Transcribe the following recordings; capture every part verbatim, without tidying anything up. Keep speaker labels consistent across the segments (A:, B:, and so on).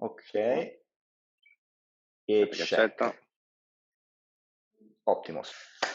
A: Ok,
B: Ecco,
A: e
B: aspetta che accetto.
A: check. Ottimo.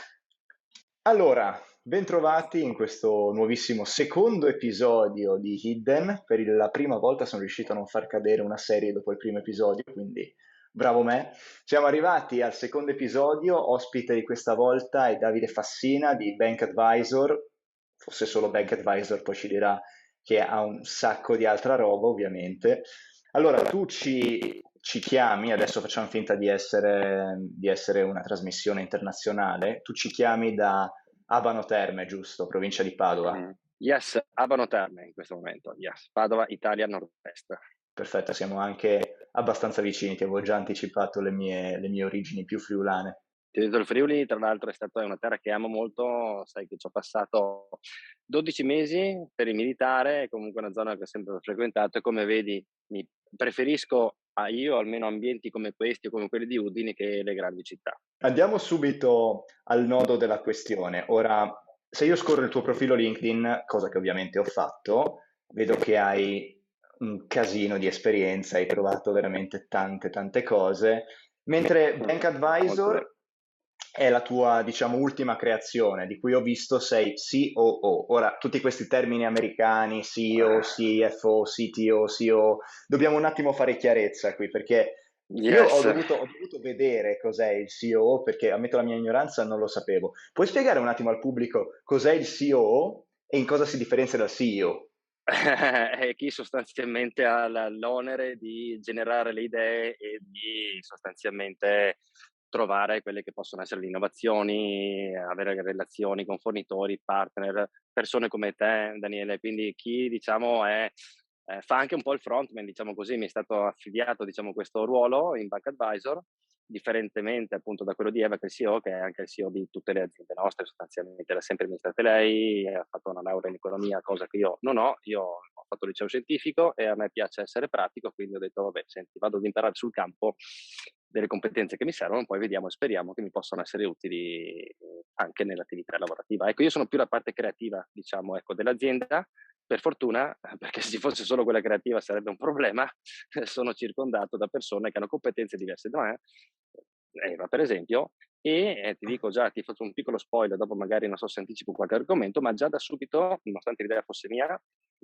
A: Allora, bentrovati in questo nuovissimo secondo episodio di Hidden. Per il- la prima volta sono riuscito a non far cadere una serie dopo il primo episodio, quindi bravo me. Siamo arrivati al secondo episodio, ospite di questa volta è Davide Fassina di Bank Advisor, fosse solo Bank Advisor, poi ci dirà che ha un sacco di altra roba, ovviamente. Allora, tu ci, ci chiami, adesso facciamo finta di essere, di essere una trasmissione internazionale, tu ci chiami da Abano Terme, giusto? Provincia di Padova.
B: Mm. Yes, Abano Terme in questo momento. Yes, Padova, Italia, Nord-Est.
A: Perfetto, siamo anche abbastanza vicini, ti avevo già anticipato le mie, le mie origini più friulane.
B: Ti ho detto il Friuli, tra l'altro, è stata una terra che amo molto. Sai che ci ho passato dodici mesi per il militare, è comunque una zona che ho sempre frequentato e come vedi mi preferisco a io almeno ambienti come questi o come quelli di Udine che le grandi città.
A: Andiamo subito al nodo della questione. Ora, se io scorro il tuo profilo LinkedIn, cosa che ovviamente ho fatto, vedo che hai un casino di esperienza, hai provato veramente tante, tante cose, mentre
B: Mm,
A: Bank
B: molto bene.
A: Advisor è la tua, diciamo, ultima creazione, di cui ho visto sei C O O. Ora, tutti questi termini americani, C E O, C F O, C T O, C O O, dobbiamo un attimo fare chiarezza qui, perché io ho
B: Yes.
A: dovuto, ho dovuto vedere cos'è il C O O perché, ammetto la mia ignoranza, non lo sapevo. Puoi spiegare un attimo al pubblico cos'è il C O O e in cosa si differenzia dal C E O?
B: È chi sostanzialmente ha la- l'onere di generare le idee e di sostanzialmente trovare quelle che possono essere le innovazioni, avere relazioni con fornitori, partner, persone come te, Daniele. Quindi chi, diciamo, è, eh, fa anche un po' il frontman, diciamo così. Mi è stato affiliato, diciamo, questo ruolo in Bank Advisor, differentemente appunto da quello di Eva, che è il C E O, che è anche il C E O di tutte le aziende nostre, sostanzialmente l'ha sempre amministrate lei, ha fatto una laurea in economia, cosa che io non ho. Io ho fatto il liceo scientifico e a me piace essere pratico, quindi ho detto, vabbè, senti, vado ad imparare sul campo delle competenze che mi servono, poi vediamo e speriamo che mi possano essere utili anche nell'attività lavorativa. Ecco, io sono più la parte creativa, diciamo, ecco, dell'azienda. Per fortuna, perché se ci fosse solo quella creativa sarebbe un problema, sono circondato da persone che hanno competenze diverse da me, Eva per esempio, e eh, ti dico già, ti faccio un piccolo spoiler, dopo magari non so se anticipo qualche argomento, ma già da subito, nonostante l'idea fosse mia,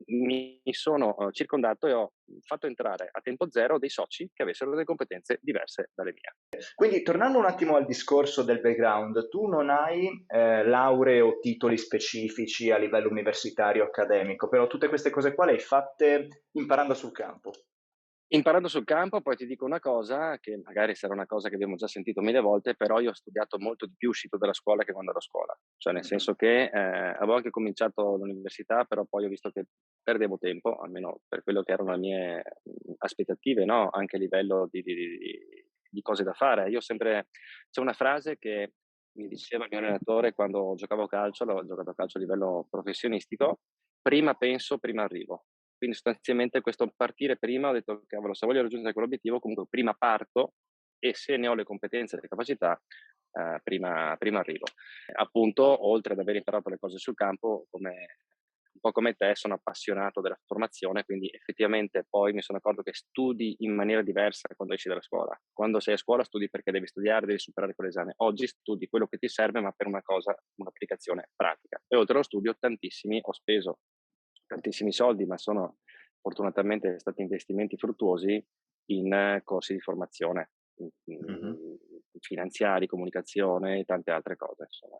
B: mi sono uh, circondato e ho fatto entrare a tempo zero dei soci che avessero delle competenze diverse dalle mie.
A: Quindi, tornando un attimo al discorso del background, tu non hai eh, lauree o titoli specifici a livello universitario accademico, però tutte queste cose qua le hai fatte imparando sul campo.
B: Imparando sul campo, poi ti dico una cosa, che magari sarà una cosa che abbiamo già sentito mille volte, però io ho studiato molto di più uscito dalla scuola che quando ero a scuola. Cioè, nel
A: Mhm.
B: senso che eh, avevo anche cominciato l'università, però poi ho visto che perdevo tempo, almeno per quello che erano le mie mh, aspettative, no? Anche a livello di, di- di- di cose da fare. Io sempre, c'è una frase che mi diceva il mio allenatore quando giocavo a calcio, l'ho giocato a calcio a livello professionistico, prima penso, prima arrivo. Quindi sostanzialmente questo partire prima, ho detto, cavolo, se voglio raggiungere quell'obiettivo, comunque prima parto e se ne ho le competenze e le capacità, eh, prima, prima arrivo. Appunto, oltre ad aver imparato le cose sul campo, come, un po' come te, sono appassionato della formazione, quindi effettivamente poi mi sono accorto che studi in maniera diversa quando esci dalla scuola. Quando sei a scuola studi perché devi studiare, devi superare quell'esame. Oggi studi quello che ti serve, ma per una cosa, un'applicazione pratica. E oltre allo studio, tantissimi, ho speso tantissimi soldi, ma sono fortunatamente stati investimenti fruttuosi in eh, corsi di formazione in-
A: Mhm.
B: in- finanziari, comunicazione e tante altre cose. Insomma.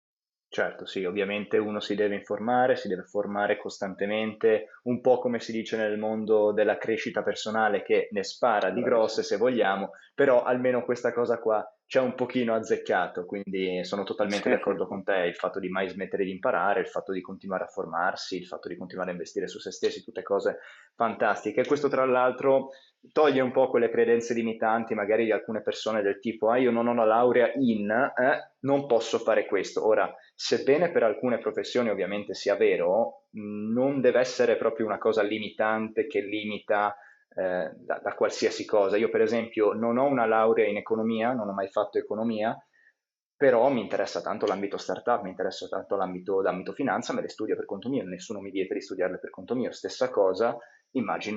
A: Certo, sì, ovviamente uno si deve informare, si deve formare costantemente, un po' come si dice nel mondo della crescita personale che ne spara di grosse
B: Bravissimo.
A: se vogliamo, però almeno questa cosa qua c'è un pochino azzeccato, quindi sono totalmente d'accordo con te, il fatto di mai smettere di imparare, il fatto di continuare a formarsi, il fatto di continuare a investire su se stessi, tutte cose fantastiche. E questo tra l'altro toglie un po' quelle credenze limitanti magari di alcune persone del tipo, ah io non ho la laurea in, eh, non posso fare questo. Ora, sebbene per alcune professioni ovviamente sia vero, mh, non deve essere proprio una cosa limitante che limita eh, da, da qualsiasi cosa. Io per esempio non ho una laurea in economia, non ho mai fatto economia, però mi interessa tanto l'ambito startup, mi interessa tanto l'ambito, l'ambito finanza, me le studio per conto mio, nessuno mi vieta di studiarle per conto mio. Stessa cosa, immagino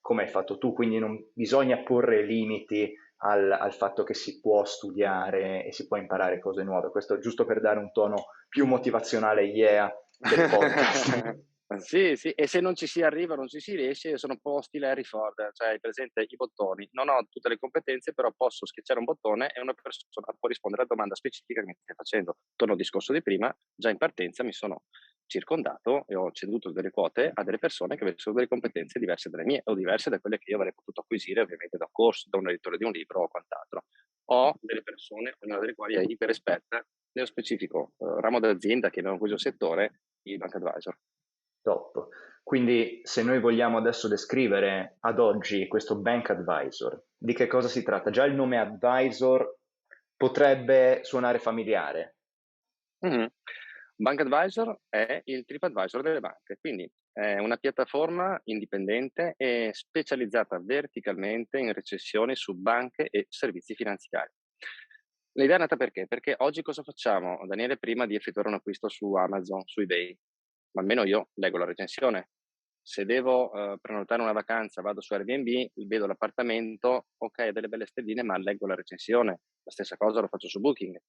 A: come hai fatto tu, quindi non bisogna porre limiti al, al fatto che si può studiare e si può imparare cose nuove. Questo giusto per dare un tono più motivazionale, yeah, del podcast.
B: Sì, sì, e se non ci si arriva, non ci si riesce, sono un po' stile Harry Ford, cioè hai presente i bottoni. Non ho tutte le competenze, però posso schiacciare un bottone e una persona può rispondere alla domanda specifica che mi stai facendo. Torno al discorso di prima, già in partenza mi sono circondato e ho ceduto delle quote a delle persone che avessero delle competenze diverse dalle mie o diverse da quelle che io avrei potuto acquisire ovviamente da un corso, da un editore di un libro o quant'altro. Ho delle persone, ognuna delle quali è iper esperta nello specifico eh, ramo d'azienda che abbiamo questo settore, il Bank Advisor.
A: Top. Quindi se noi vogliamo adesso descrivere ad oggi questo Bank Advisor, di che cosa si tratta? Già il nome Advisor potrebbe suonare familiare.
B: Mhm. Bank Advisor è il TripAdvisor delle banche, quindi è una piattaforma indipendente e specializzata verticalmente in recensioni su banche e servizi finanziari. L'idea è nata perché? Perché oggi cosa facciamo, Daniele, prima di effettuare un acquisto su Amazon, su eBay? Ma almeno io leggo la recensione. Se devo eh, prenotare una vacanza, vado su Airbnb, vedo l'appartamento, ok, ha delle belle stelline, ma leggo la recensione. La stessa cosa lo faccio su Booking.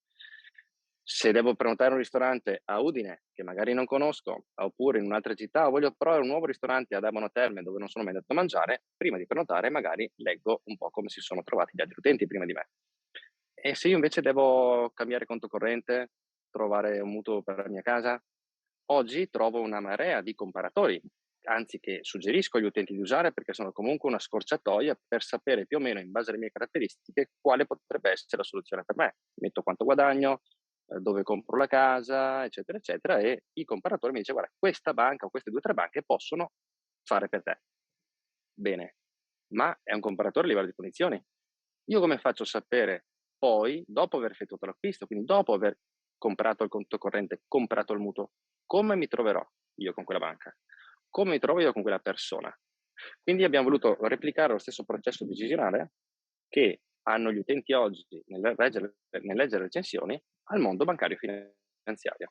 B: Se devo prenotare un ristorante a Udine, che magari non conosco, oppure in un'altra città, o voglio provare un nuovo ristorante ad Abano Terme dove non sono mai andato a mangiare, prima di prenotare magari leggo un po' come si sono trovati gli altri utenti prima di me. E se io invece devo cambiare conto corrente, trovare un mutuo per la mia casa, oggi trovo una marea di comparatori, anzi che suggerisco agli utenti di usare perché sono comunque una scorciatoia per sapere più o meno in base alle mie caratteristiche quale potrebbe essere la soluzione per me. Metto quanto guadagno, eh, dove compro la casa, eccetera, eccetera, e il comparatore mi dice guarda, questa banca o queste due o tre banche possono fare per te. Bene, ma è un comparatore a livello di condizioni. Io come faccio a sapere poi, dopo aver effettuato l'acquisto, quindi dopo aver comprato il conto corrente, comprato il mutuo, come mi troverò io con quella banca? Come mi trovo io con quella persona? Quindi abbiamo voluto replicare lo stesso processo decisionale che hanno gli utenti oggi nel leggere, nel leggere recensioni al mondo bancario finanziario.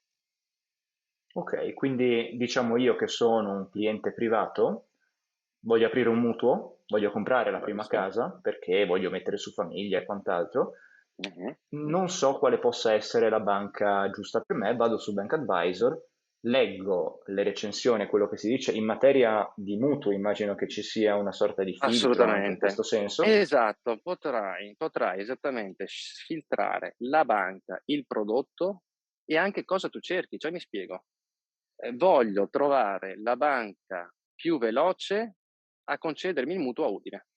A: Ok, quindi diciamo io che sono un cliente privato, voglio aprire un mutuo, voglio comprare la prima
B: Bravissimo.
A: casa perché voglio mettere su famiglia e quant'altro,
B: Mhm.
A: non so quale possa essere la banca giusta per me, vado su Bank Advisor, leggo le recensioni e quello che si dice in materia di mutuo, immagino che ci sia una sorta di filtro anche in questo
B: Assolutamente.
A: senso.
B: Esatto, potrai, potrai esattamente s- filtrare la banca, il prodotto e anche cosa tu cerchi. Cioè, mi spiego, Eh, voglio trovare la banca più veloce a concedermi il mutuo a utile.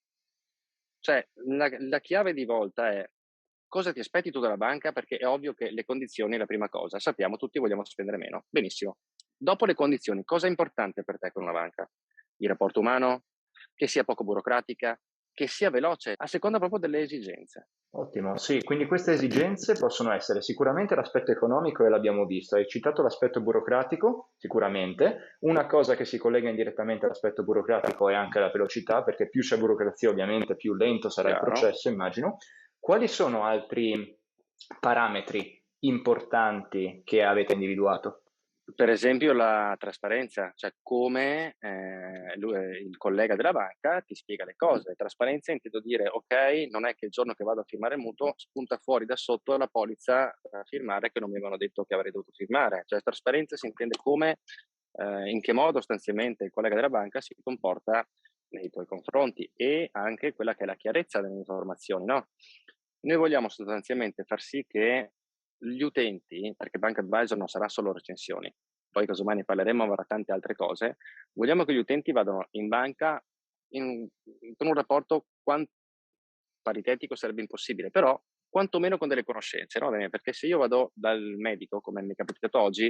B: Cioè, la, la chiave di volta è cosa ti aspetti tu dalla banca? Perché è ovvio che le condizioni è la prima cosa. Sappiamo, tutti vogliamo spendere meno. Benissimo. Dopo le condizioni, cosa è importante per te con una banca? Il rapporto umano, che sia poco burocratica, che sia veloce, a seconda proprio delle esigenze.
A: Ottimo, sì, quindi queste esigenze possono essere sicuramente l'aspetto economico e l'abbiamo visto, hai citato l'aspetto burocratico, sicuramente, una cosa che si collega indirettamente all'aspetto burocratico è anche la velocità, perché più c'è burocrazia ovviamente più lento sarà il
B: Chiaro?
A: processo, immagino. Quali sono altri parametri importanti che avete individuato?
B: Per esempio la trasparenza, cioè come eh, lui, il collega della banca ti spiega le cose. Trasparenza intendo dire, ok, non è che il giorno che vado a firmare il mutuo spunta fuori da sotto la polizza da firmare che non mi avevano detto che avrei dovuto firmare. Cioè trasparenza si intende come, eh, in che modo sostanzialmente il collega della banca si comporta nei tuoi confronti e anche quella che è la chiarezza delle informazioni, no? Noi vogliamo sostanzialmente far sì che gli utenti, perché Bank Advisor non sarà solo recensioni, poi casomai ne parleremo, avrà tante altre cose, vogliamo che gli utenti vadano in banca in, con un rapporto quant- paritetico sarebbe impossibile, però quantomeno con delle conoscenze, no? Perché se io vado dal medico, come mi è capitato oggi,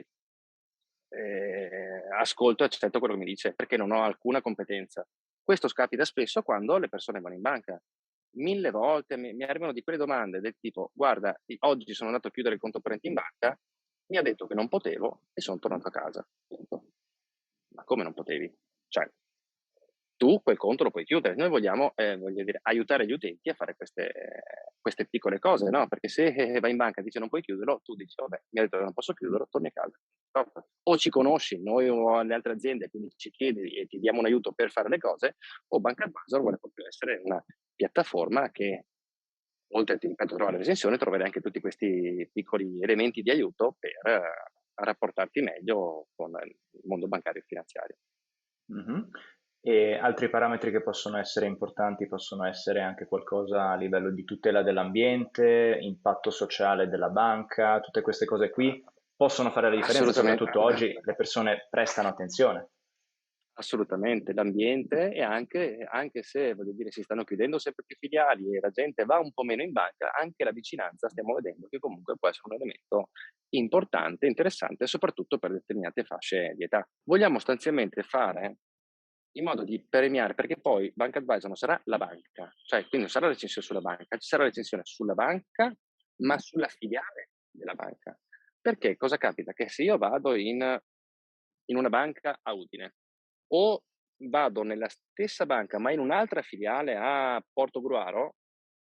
B: eh, ascolto e accetto quello che mi dice, perché non ho alcuna competenza. Questo capita spesso quando le persone vanno in banca. Mille volte mi, mi arrivano di quelle domande del tipo, guarda, oggi sono andato a chiudere il conto corrente in banca, mi ha detto che non potevo e sono tornato a casa. Punto. Ma come non potevi? Cioè, tu quel conto lo puoi chiudere. Noi vogliamo, eh, voglio dire, aiutare gli utenti a fare queste, queste piccole cose, no? Perché se eh, vai in banca e dice non puoi chiuderlo, tu dici, vabbè, mi ha detto che non posso chiuderlo, torni a casa. Stop. O ci conosci, noi o le altre aziende, quindi ci chiedi e ti diamo un aiuto per fare le cose, o Banca Advisor vuole proprio essere una piattaforma che, oltre ti ripeto, a trovare l'esenzione, troverai anche tutti questi piccoli elementi di aiuto per eh, rapportarti meglio con il mondo bancario e finanziario.
A: Mhm. E altri parametri che possono essere importanti possono essere anche qualcosa a livello di tutela dell'ambiente, impatto sociale della banca, tutte queste cose qui possono fare la differenza,
B: Assolutamente.
A: soprattutto oggi le persone prestano attenzione.
B: Assolutamente, l'ambiente e anche, anche se, voglio dire, si stanno chiudendo sempre più filiali e la gente va un po' meno in banca, anche la vicinanza stiamo vedendo che comunque può essere un elemento importante, interessante, soprattutto per determinate fasce di età. Vogliamo sostanzialmente fare in modo di premiare, perché poi Banca Advisor non sarà la banca, cioè quindi non sarà recensione sulla banca, ci sarà recensione sulla banca, ma sulla filiale della banca. Perché cosa capita? Che se io vado in, in una banca a Udine o vado nella stessa banca ma in un'altra filiale a Portogruaro,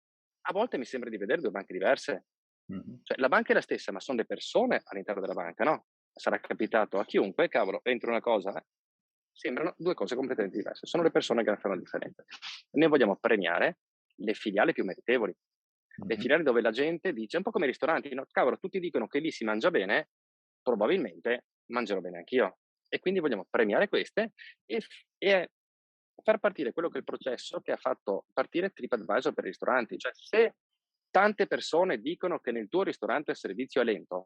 B: a volte mi sembra di vedere due banche diverse.
A: Mhm.
B: Cioè la banca è la stessa, ma sono le persone all'interno della banca, no? Sarà capitato a chiunque, cavolo, entro una cosa, eh, sembrano due cose completamente diverse. Sono le persone che fanno la differenza. Noi vogliamo premiare le filiali più meritevoli, le
A: Mhm.
B: filiali dove la gente dice, un po' come i ristoranti, no? Cavolo, tutti dicono che lì si mangia bene, probabilmente mangerò bene anch'io. E quindi vogliamo premiare queste e, e far partire quello che è il processo che ha fatto partire TripAdvisor per i ristoranti. Cioè, se tante persone dicono che nel tuo ristorante il servizio è lento,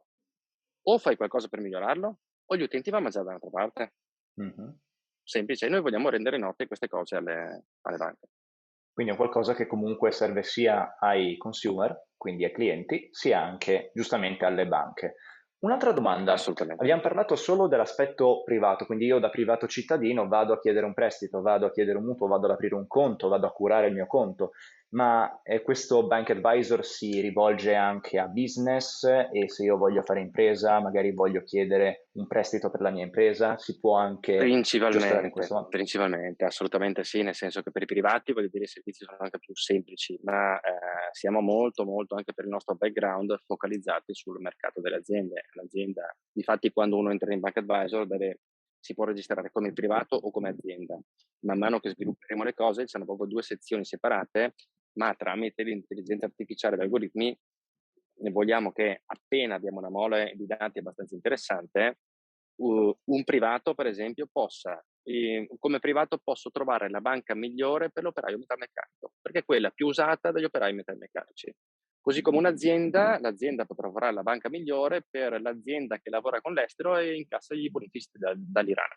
B: o fai qualcosa per migliorarlo, o gli utenti vanno a mangiare da un'altra parte.
A: Mhm.
B: Semplice, e noi vogliamo rendere note queste cose alle, alle banche.
A: Quindi è qualcosa che comunque serve sia ai consumer, quindi ai clienti, sia anche giustamente alle banche. Un'altra domanda,
B: Assolutamente.
A: abbiamo parlato solo dell'aspetto privato, quindi io da privato cittadino vado a chiedere un prestito, vado a chiedere un mutuo, vado ad aprire un conto, vado a curare il mio conto, ma eh, questo Bank Advisor si rivolge anche a business e se io voglio fare impresa, magari voglio chiedere un prestito per la mia impresa, si può anche giostrare in questo
B: Principalmente,
A: modo.
B: principalmente, assolutamente sì, nel senso che per i privati, voglio dire, i servizi sono anche più semplici, ma eh, siamo molto, molto anche per il nostro background focalizzati sul mercato delle aziende. L'azienda, difatti, quando uno entra in Bank Advisor deve, si può registrare come privato o come azienda. Man mano che svilupperemo le cose, ci sono proprio due sezioni separate, ma tramite l'intelligenza artificiale e gli algoritmi ne vogliamo che appena abbiamo una mole di dati abbastanza interessante, uh, un privato, per esempio, possa, eh, come privato posso trovare la banca migliore per l'operaio metalmeccanico, perché è quella più usata dagli operai metalmeccanici. Così come un'azienda, l'azienda potrà trovare la banca migliore per l'azienda che lavora con l'estero e incassa gli bonifici da, dall'Iran.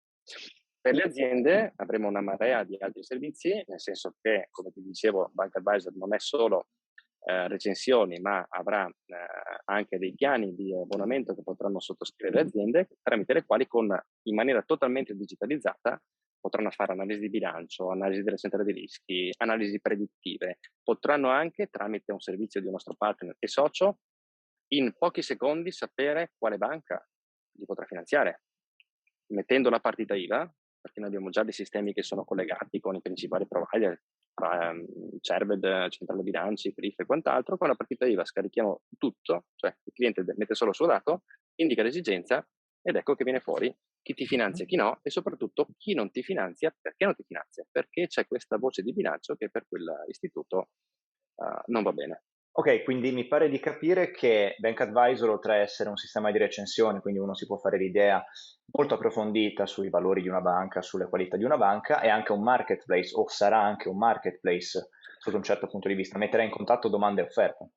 B: Per le aziende avremo una marea di altri servizi, nel senso che, come ti dicevo, Bank Advisor non è solo eh, recensioni, ma avrà eh, anche dei piani di abbonamento che potranno sottoscrivere le aziende, tramite le quali con, in maniera totalmente digitalizzata potranno fare analisi di bilancio, analisi delle centrali dei rischi, analisi predittive. Potranno anche, tramite un servizio di un nostro partner e socio, in pochi secondi sapere quale banca li potrà finanziare, mettendo la partita I V A, perché noi abbiamo già dei sistemi che sono collegati con i principali provider, um, Cerved, Centrale Bilanci, C R I F e quant'altro. Con la partita I V A scarichiamo tutto, cioè il cliente mette solo il suo dato, indica l'esigenza ed ecco che viene fuori chi ti finanzia e chi no, e soprattutto chi non ti finanzia, perché non ti finanzia, perché c'è questa voce di bilancio che per quell'istituto uh, non va bene.
A: Ok, quindi mi pare di capire che Bank Advisor, oltre a essere un sistema di recensioni, quindi uno si può fare l'idea molto approfondita sui valori di una banca, sulle qualità di una banca, è anche un marketplace o sarà anche un marketplace sotto un certo punto di vista, metterà in contatto domande e offerte.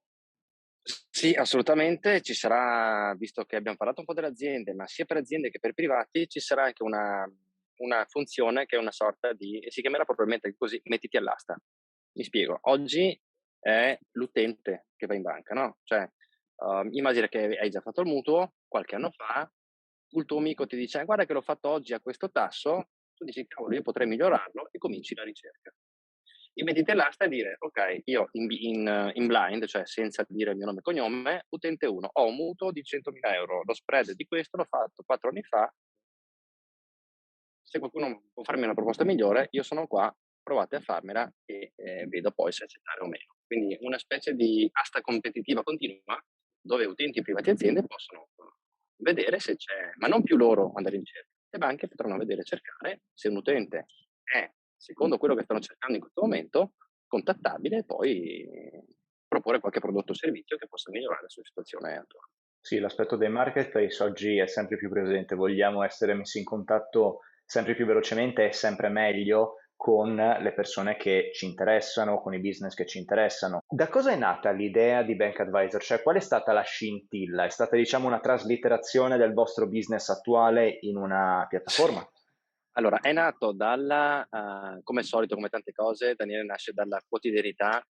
B: Sì, assolutamente, ci sarà, visto che abbiamo parlato un po' delle aziende, ma sia per aziende che per privati, ci sarà anche una, una funzione che è una sorta di, si chiamerà probabilmente così, mettiti all'asta. Mi spiego, oggi è l'utente che va in banca, no? Cioè, uh, immagina che hai già fatto il mutuo qualche anno fa, il tuo amico ti dice, guarda che l'ho fatto oggi a questo tasso, tu dici, cavolo, io potrei migliorarlo e cominci la ricerca. Il mettiti all'asta e dire, ok, io in, in, in blind, cioè senza dire il mio nome e cognome, utente uno, ho un mutuo di centomila euro, lo spread di questo l'ho fatto quattro anni fa, se qualcuno può farmi una proposta migliore, io sono qua, provate a farmela e eh, vedo poi se accettare o meno. Quindi una specie di asta competitiva continua dove utenti e privati e aziende possono eh, vedere se c'è, ma non più loro andare in cerca. Le banche potranno vedere e cercare se un utente è, secondo quello che stanno cercando in questo momento, contattabile e poi proporre qualche prodotto o servizio che possa migliorare la sua situazione attuale.
A: Sì, l'aspetto dei marketplace oggi è sempre più presente, vogliamo essere messi in contatto sempre più velocemente e sempre meglio con le persone che ci interessano, con i business che ci interessano. Da cosa è nata l'idea di Bank Advisor? Cioè, qual è stata la scintilla? È stata, diciamo, una traslitterazione del vostro business attuale in una
B: Sì.
A: piattaforma?
B: Allora, è nato dalla, uh, come al solito, come tante cose, Daniele nasce dalla quotidianità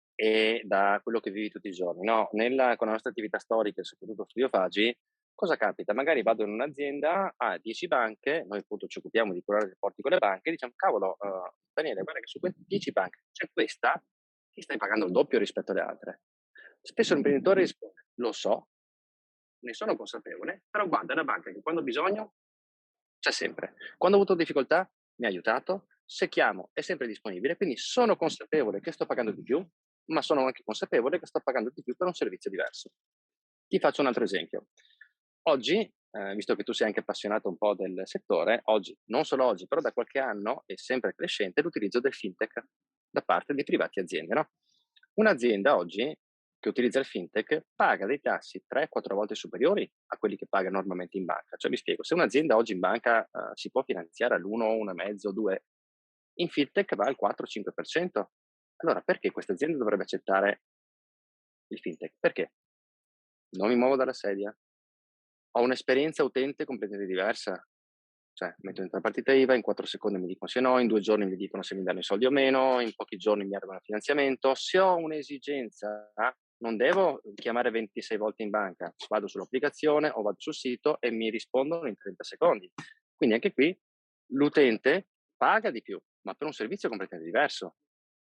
B: e da quello che vivi tutti i giorni, no? Nella, con la nostra attività storica, soprattutto Studiofagi, cosa capita? Magari vado in un'azienda, ha dieci banche, noi appunto ci occupiamo di curare i rapporti con le banche, e diciamo, cavolo, uh, Daniele, guarda che su queste dieci banche c'è questa che stai pagando il doppio rispetto alle altre. Spesso l'imprenditore risponde, lo so, ne sono consapevole, però guarda, è una banca che quando ho bisogno c'è sempre. Quando ho avuto difficoltà mi ha aiutato, se chiamo è sempre disponibile, quindi sono consapevole che sto pagando di più, ma sono anche consapevole che sto pagando di più per un servizio diverso. Ti faccio un altro esempio. Oggi, eh, visto che tu sei anche appassionato un po' del settore, oggi, non solo oggi, però da qualche anno è sempre crescente l'utilizzo del fintech da parte di privati e aziende, no? Un'azienda oggi che utilizza il fintech paga dei tassi tre quattro volte superiori a quelli che paga normalmente in banca. Cioè, mi spiego, se un'azienda oggi in banca eh, si può finanziare all'uno, uno virgola cinque, due, in fintech va al quattro-cinque per cento. Allora, perché questa azienda dovrebbe accettare il fintech? Perché? Non mi muovo dalla sedia, ho un'esperienza utente completamente diversa. Cioè, metto dentro la partita I V A, in quattro secondi mi dicono se no, in due giorni mi dicono se mi danno i soldi o meno, in pochi giorni mi arrivano il finanziamento. Se ho un'esigenza, non devo chiamare ventisei volte in banca, vado sull'applicazione o vado sul sito e mi rispondono in trenta secondi. Quindi anche qui l'utente paga di più, ma per un servizio completamente diverso.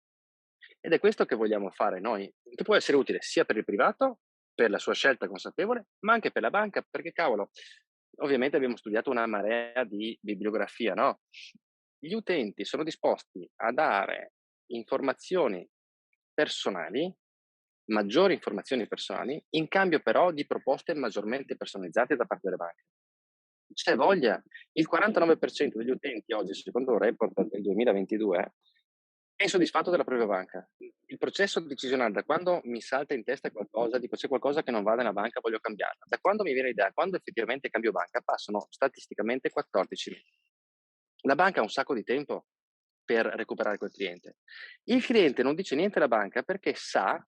B: Ed è questo che vogliamo fare noi, che può essere utile sia per il privato, per la sua scelta consapevole, ma anche per la banca, perché cavolo, ovviamente abbiamo studiato una marea di bibliografia, no? Gli utenti sono disposti a dare informazioni personali, maggiori informazioni personali, in cambio però di proposte maggiormente personalizzate da parte delle banche. C'è voglia. Il quarantanove per cento degli utenti oggi, secondo un report del duemilaventidue, è insoddisfatto della propria banca. Il processo decisionale, da quando mi salta in testa qualcosa, dico c'è qualcosa che non va nella banca, voglio cambiarla. Da quando mi viene l'idea, quando effettivamente cambio banca, passano statisticamente quattordici mesi. La banca ha un sacco di tempo per recuperare quel cliente. Il cliente non dice niente alla banca perché sa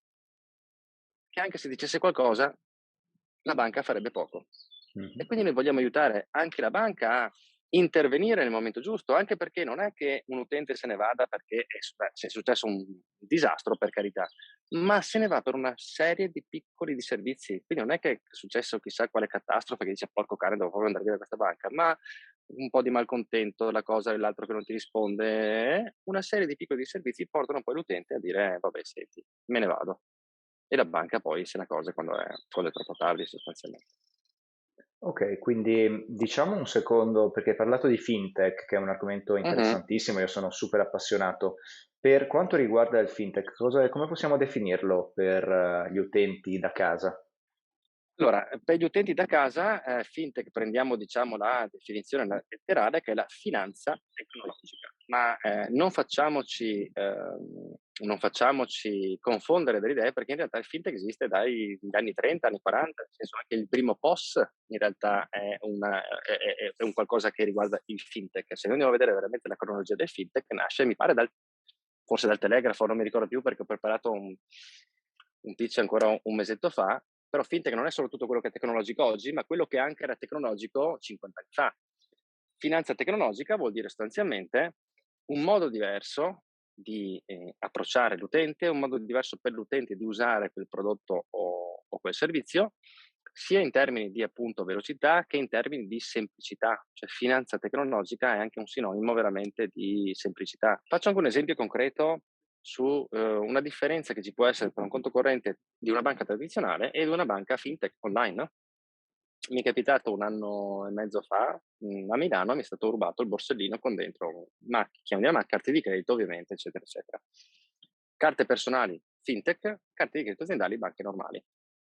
B: che anche se dicesse qualcosa, la banca farebbe poco. E
A: Mhm.
B: quindi noi vogliamo aiutare anche la banca a intervenire nel momento giusto, anche perché non è che un utente se ne vada perché è, beh, se è successo un disastro, per carità, ma se ne va per una serie di piccoli di servizi. Quindi non è che è successo chissà quale catastrofe che dice porco cane, devo proprio andare via da questa banca, ma un po' di malcontento, la cosa e l'altro che non ti risponde, eh, una serie di piccoli servizi portano poi l'utente a dire, eh, vabbè, senti, me ne vado. E la banca poi se ne accorge quando è, quando è troppo tardi sostanzialmente.
A: Ok, quindi diciamo un secondo, perché hai parlato di fintech, che è un argomento
B: Mhm.
A: interessantissimo, io sono super appassionato. Per quanto riguarda il fintech, cosa- come possiamo definirlo per eh, gli utenti da casa?
B: Allora, per gli utenti da casa, eh, fintech prendiamo diciamo la definizione letterale che è la finanza tecnologica, ma eh, non, facciamoci, ehm, non facciamoci confondere delle idee perché in realtà il fintech esiste dagli anni trenta, anni quaranta, nel senso anche il primo P O S in realtà è, una, è, è- è un qualcosa che riguarda il fintech. Se noi andiamo a vedere veramente la cronologia del fintech, nasce, mi pare, dal, forse dal telegrafo, non mi ricordo più perché ho preparato un, un pitch ancora un, un mesetto fa, però fintech non è solo tutto quello che è tecnologico oggi, ma quello che anche era tecnologico cinquanta anni fa. Finanza tecnologica vuol dire sostanzialmente un modo diverso di eh, approcciare l'utente, un modo diverso per l'utente di usare quel prodotto o, o quel servizio, sia in termini di appunto velocità che in termini di semplicità. Cioè finanza tecnologica è anche un sinonimo veramente di semplicità. Faccio anche un esempio concreto su eh, una differenza che ci può essere tra un conto corrente di una banca tradizionale e di una banca fintech online, no? Mi è capitato un anno e mezzo fa, mh, a Milano, mi è stato rubato il borsellino con dentro, ma, chiamiamola carte di credito ovviamente, eccetera, eccetera. Carte personali fintech, carte di credito aziendali, banche normali.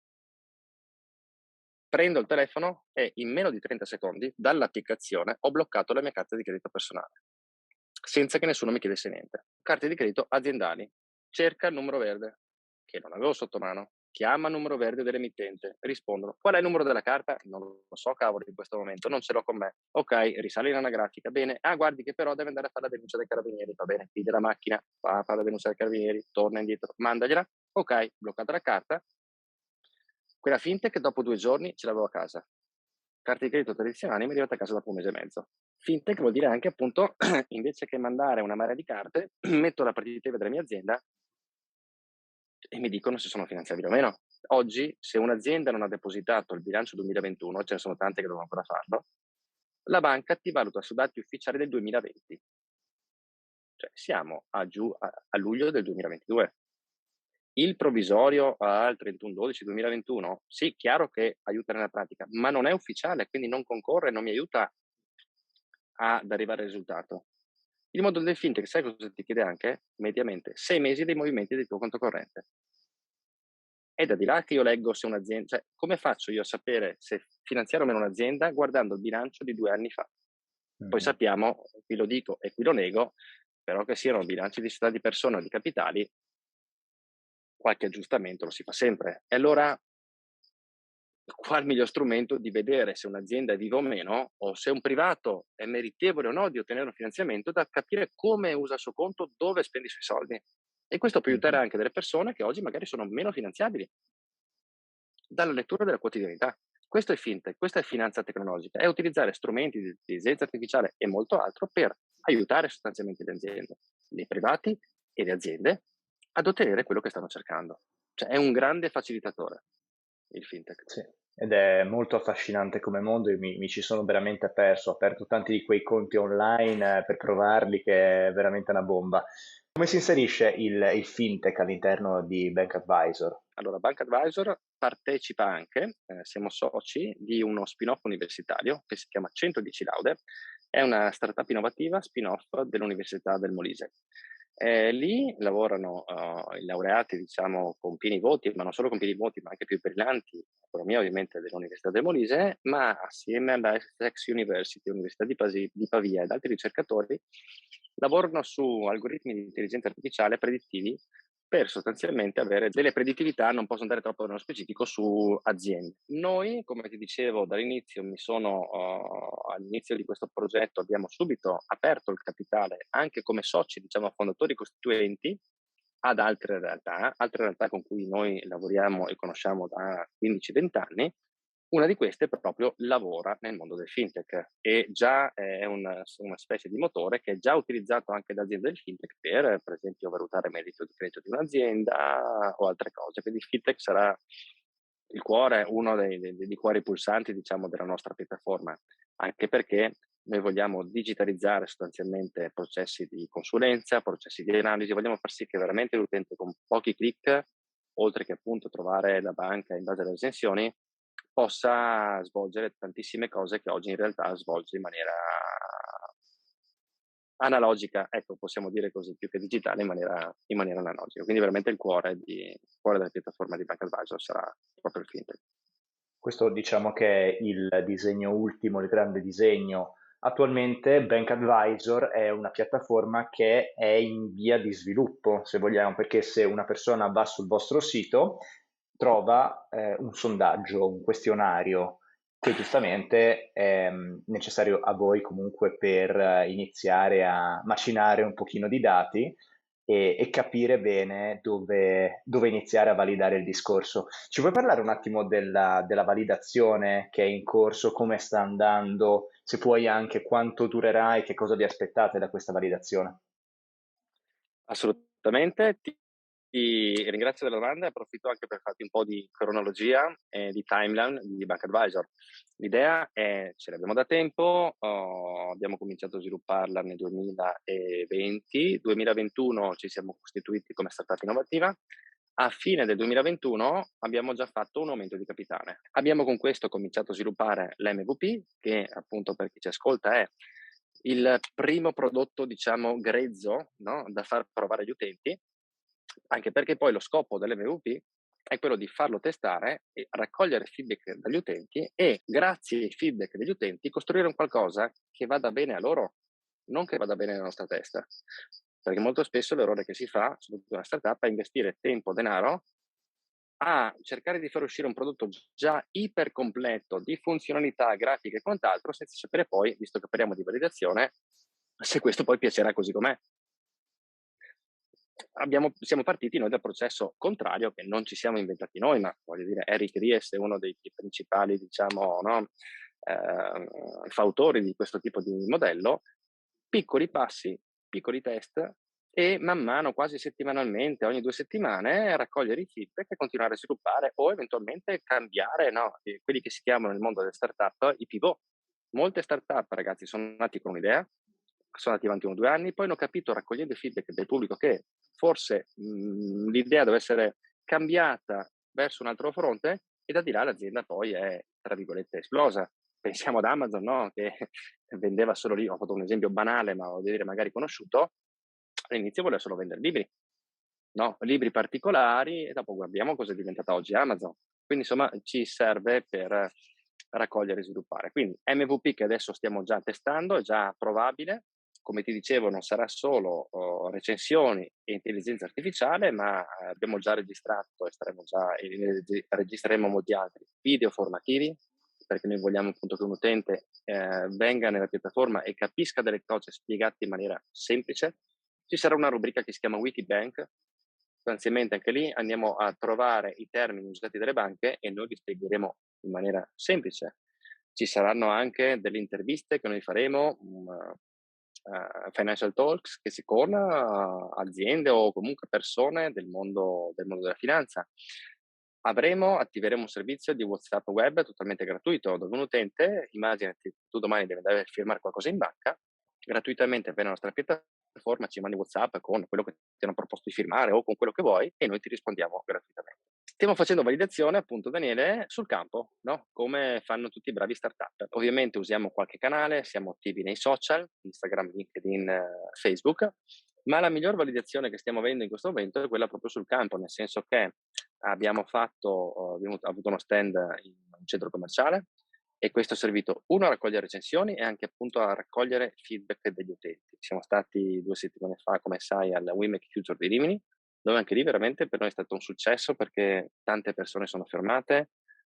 B: Prendo il telefono e in meno di trenta secondi dall'applicazione ho bloccato la mia carta di credito personale, senza che nessuno mi chiedesse niente. Carte di credito aziendali. Cerca il numero verde, che non avevo sotto mano. Chiama il numero verde dell'emittente, rispondono. Qual è il numero della carta? Non lo so, cavolo, in questo momento, non ce l'ho con me. Ok, risale in anagrafica, bene. Ah, guardi che però deve andare a fare la denuncia dai carabinieri, va bene, chiede la macchina, fa, fa la denuncia dai carabinieri, torna indietro, mandagliela. Ok, bloccata la carta. Quella fintech dopo due giorni ce l'avevo a casa. Carte di credito tradizionali mi è arrivata a casa dopo un mese e mezzo. Fintech vuol dire anche appunto, invece che mandare una marea di carte, metto la partita I V A della mia azienda e mi dicono se sono finanziabili o meno. Oggi, se un'azienda non ha depositato il bilancio duemilaventuno, ce ne sono tante che devono ancora farlo, la banca ti valuta su dati ufficiali del duemilaventi. Cioè siamo a, giù, a, a luglio del duemilaventidue. Il provvisorio al trentuno dodici duemilaventuno, sì, chiaro che aiuta nella pratica, ma non è ufficiale, quindi non concorre, non mi aiuta ad arrivare al risultato. Il modulo del fintech, sai cosa ti chiede anche? Mediamente sei mesi dei movimenti del tuo conto corrente. È da di là che io leggo se un'azienda, cioè come faccio io a sapere se finanziare o meno un'azienda guardando il bilancio di due anni fa? Poi
A: Mhm.
B: sappiamo, qui lo dico e qui lo nego, però che siano bilanci di società di persona o di capitali, qualche aggiustamento lo si fa sempre. E allora qual miglior strumento di vedere se un'azienda è viva o meno, o se un privato è meritevole o no di ottenere un finanziamento, da capire come usa il suo conto, dove spende i suoi soldi. E questo può aiutare
A: Mhm.
B: anche delle persone che oggi magari sono meno finanziabili, dalla lettura della quotidianità. Questo è fintech, questa è finanza tecnologica, è utilizzare strumenti di intelligenza artificiale e molto altro per aiutare sostanzialmente le aziende, i privati e le aziende ad ottenere quello che stanno cercando. Cioè è un grande facilitatore il fintech.
A: Sì, ed è molto affascinante come mondo, io mi, mi ci sono veramente perso, ho aperto tanti di quei conti online eh, per provarli, che è veramente una bomba. Come si inserisce il, il fintech all'interno di Bank Advisor?
B: Allora, Bank Advisor partecipa anche, eh, siamo soci di uno spin-off universitario che si chiama centodieci Laude, è una startup innovativa spin-off dell'Università del Molise. Eh, lì lavorano uh, i laureati, diciamo, con pieni voti, ma non solo con pieni voti, ma anche più brillanti, economia ovviamente dell'Università del Molise, ma assieme alla Essex University, Università di, Pasi, di Pavia ed altri ricercatori, lavorano su algoritmi di intelligenza artificiale predittivi per sostanzialmente avere delle predittività, non posso andare troppo nello specifico, su aziende. Noi, come ti dicevo dall'inizio, mi sono, uh, all'inizio di questo progetto abbiamo subito aperto il capitale anche come soci, diciamo, fondatori costituenti ad altre realtà, altre realtà con cui noi lavoriamo e conosciamo da quindici venti anni. Una di queste proprio lavora nel mondo del fintech e già è una, una specie di motore che è già utilizzato anche da aziende del fintech per, per esempio, valutare il merito di credito di un'azienda o altre cose. Quindi il fintech sarà il cuore, uno dei, dei, dei cuori pulsanti, diciamo, della nostra piattaforma, anche perché noi vogliamo digitalizzare sostanzialmente processi di consulenza, processi di analisi, vogliamo far sì che veramente l'utente con pochi click, oltre che appunto trovare la banca in base alle recensioni, possa svolgere tantissime cose che oggi in realtà svolge in maniera analogica, ecco, possiamo dire così, più che digitale, in maniera, in maniera analogica. Quindi veramente il cuore, di, il cuore della piattaforma di Bank Advisor sarà proprio il fintech.
A: Questo diciamo che è il disegno ultimo, il grande disegno. Attualmente Bank Advisor è una piattaforma che è in via di sviluppo, se vogliamo, perché se una persona va sul vostro sito trova eh, un sondaggio, un questionario che giustamente è mh, necessario a voi comunque per eh, iniziare a macinare un pochino di dati e, e capire bene dove, dove iniziare a validare il discorso. Ci puoi parlare un attimo della, della validazione che è in corso, come sta andando, se puoi anche quanto durerà e che cosa vi aspettate da questa validazione?
B: Assolutamente, ti, ti ringrazio della domanda e approfitto anche per farti un po' di cronologia e di timeline di Bank Advisor. L'idea è, ce l'abbiamo da tempo, oh, abbiamo cominciato a svilupparla nel duemilaventi, duemilaventuno ci siamo costituiti come startup innovativa, a fine del duemilaventuno abbiamo già fatto un aumento di capitale. Abbiamo con questo cominciato a sviluppare l'M V P, che appunto per chi ci ascolta è il primo prodotto, diciamo, grezzo, no? Da far provare agli utenti, Anche perché poi lo scopo dell'M V P è quello di farlo testare e raccogliere feedback dagli utenti e, grazie ai feedback degli utenti, costruire un qualcosa che vada bene a loro, non che vada bene nella nostra testa. Perché molto spesso l'errore che si fa, soprattutto in una startup, è investire tempo, denaro a cercare di far uscire un prodotto già iper completo di funzionalità, grafiche e quant'altro, senza sapere poi, visto che parliamo di validazione, se questo poi piacerà così com'è. Abbiamo, siamo partiti noi dal processo contrario, che non ci siamo inventati noi, ma voglio dire, Eric Ries è uno dei principali, diciamo, no, eh, fautori di questo tipo di modello. Piccoli passi, piccoli test e man mano, quasi settimanalmente, ogni due settimane, raccogliere i feedback e continuare a sviluppare o eventualmente cambiare, no, quelli che si chiamano nel mondo delle startup i pivot. Molte startup, ragazzi, sono nati con un'idea, sono andati avanti uno o due anni, poi hanno capito, raccogliendo i feedback del pubblico, che forse mh, l'idea deve essere cambiata verso un altro fronte, e da di là l'azienda poi è, tra virgolette, esplosa. Pensiamo ad Amazon, no? Che vendeva solo lì, ho fatto un esempio banale, ma voglio dire magari conosciuto, all'inizio voleva solo vendere libri, no? Libri particolari, e dopo guardiamo cosa è diventata oggi Amazon. Quindi insomma ci serve per raccogliere e sviluppare. Quindi M V P che adesso stiamo già testando, è già provabile, come ti dicevo non sarà solo oh, recensioni e intelligenza artificiale, ma eh, abbiamo già registrato e, staremo già, e registreremo molti altri video formativi, perché noi vogliamo appunto che un utente eh, venga nella piattaforma e capisca delle cose spiegate in maniera semplice. Ci sarà una rubrica che si chiama Wikibank, sostanzialmente anche lì andiamo a trovare i termini usati dalle banche e noi li spiegheremo in maniera semplice. Ci saranno anche delle interviste che noi faremo, um, uh, financial talks, che si con uh, aziende o comunque persone del mondo, del mondo della finanza. Avremo, attiveremo un servizio di WhatsApp web totalmente gratuito, dove un utente, immaginati, tu domani devi andare a firmare qualcosa in banca, gratuitamente per la nostra piattaforma ci mandi WhatsApp con quello che ti hanno proposto di firmare o con quello che vuoi e noi ti rispondiamo gratuitamente. Stiamo facendo validazione, appunto, Daniele, sul campo, no? Come fanno tutti i bravi startup. Ovviamente usiamo qualche canale, siamo attivi nei social, Instagram, LinkedIn, Facebook, ma la miglior validazione che stiamo avendo in questo momento è quella proprio sul campo, nel senso che abbiamo fatto, abbiamo avuto uno stand in un centro commerciale e questo è servito, uno, a raccogliere recensioni e anche appunto a raccogliere feedback degli utenti. Siamo stati due settimane fa, come sai, al We Make Future di Rimini, dove anche lì veramente per noi è stato un successo perché tante persone sono fermate.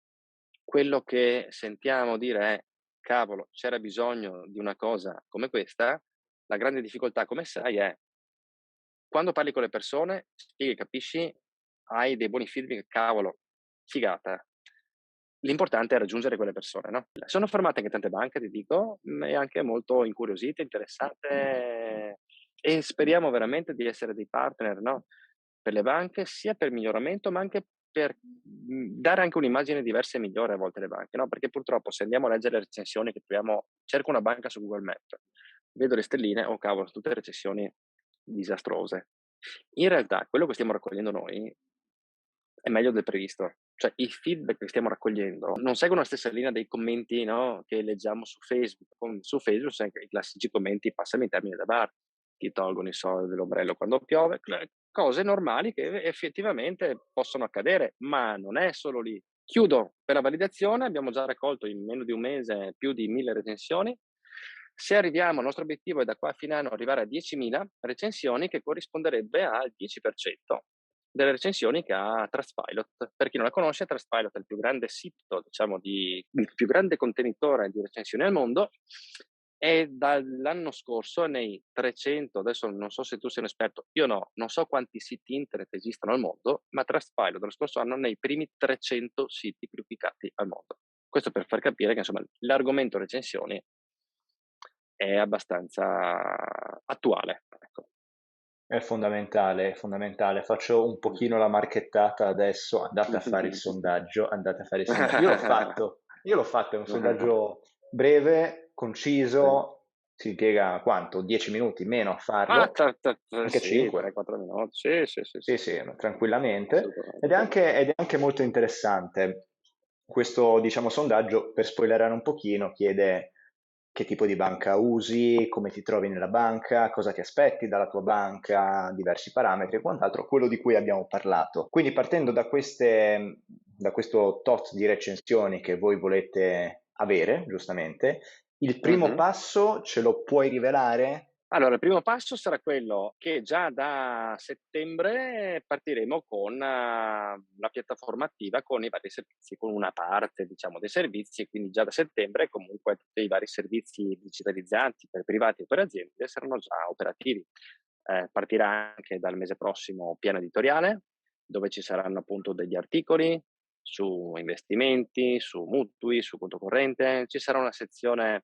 B: Quello che sentiamo dire è, cavolo, c'era bisogno di una cosa come questa. La grande difficoltà, come sai, è quando parli con le persone, spieghi, capisci, hai dei buoni feedback, cavolo, figata. L'importante è raggiungere quelle persone, no? Sono fermate anche tante banche, ti dico, e anche molto incuriosite, interessate, e speriamo veramente di essere dei partner, no? Per le banche, sia per miglioramento, ma anche per mh, dare anche un'immagine diversa e migliore a volte alle banche, no? Perché purtroppo se andiamo a leggere le recensioni che troviamo, cerco una banca su Google Maps, vedo le stelline, oh cavolo, sono tutte recensioni disastrose. In realtà quello che stiamo raccogliendo noi è meglio del previsto. Cioè i feedback che stiamo raccogliendo non seguono la stessa linea dei commenti, no, che leggiamo su Facebook. Con, su Facebook sono i classici commenti, passami in termini da bar, ti tolgono i soldi dell'ombrello quando piove, cose normali che effettivamente possono accadere, ma non è solo lì. Chiudo per la validazione, abbiamo già raccolto in meno di un mese più di mille recensioni. Se arriviamo, il nostro obiettivo è da qua a fine anno arrivare a diecimila recensioni, che corrisponderebbe al dieci per cento delle recensioni che ha Trustpilot. Per chi non la conosce, Trustpilot è il più grande sito, diciamo, di, il più grande contenitore di recensioni al mondo, e dall'anno scorso nei trecento, adesso non so se tu sei un esperto, io no, non so quanti siti internet esistono al mondo, ma Trustpilot dallo scorso anno nei primi trecento siti più clicati al mondo. Questo per far capire che insomma l'argomento recensioni è abbastanza attuale. Ecco.
A: È fondamentale, è fondamentale. Faccio un pochino la marchettata adesso, andate a fare il sondaggio, andate a fare il sondaggio. Io l'ho fatto, io l'ho fatto, è un sondaggio breve, conciso, si impiega quanto? dieci minuti meno a
B: Ah,
A: farlo,
B: ta, ta, ta,
A: anche
B: sì,
A: cinque.
B: tre quattro minuti, sì, sì, sì,
A: Sì,
B: sì,
A: sì,
B: sì.
A: tranquillamente. Ed è
B: Assolutamente.
A: anche, ed è anche molto interessante. Questo, diciamo, sondaggio, per spoilerare un pochino, chiede che tipo di banca usi, come ti trovi nella banca, cosa ti aspetti dalla tua banca, diversi parametri e quant'altro, quello di cui abbiamo parlato. Quindi partendo da queste, da questo tot di recensioni che voi volete avere, giustamente, il primo
B: Mhm.
A: passo ce lo puoi rivelare?
B: Allora, il primo passo sarà quello che già da settembre partiremo con eh, la piattaforma attiva con i vari servizi, con una parte, diciamo, dei servizi, e quindi già da settembre comunque tutti i vari servizi digitalizzanti per privati e per aziende saranno già operativi. Eh, partirà anche dal mese prossimo piano editoriale, dove ci saranno appunto degli articoli su investimenti, su mutui, su conto corrente. Ci sarà una sezione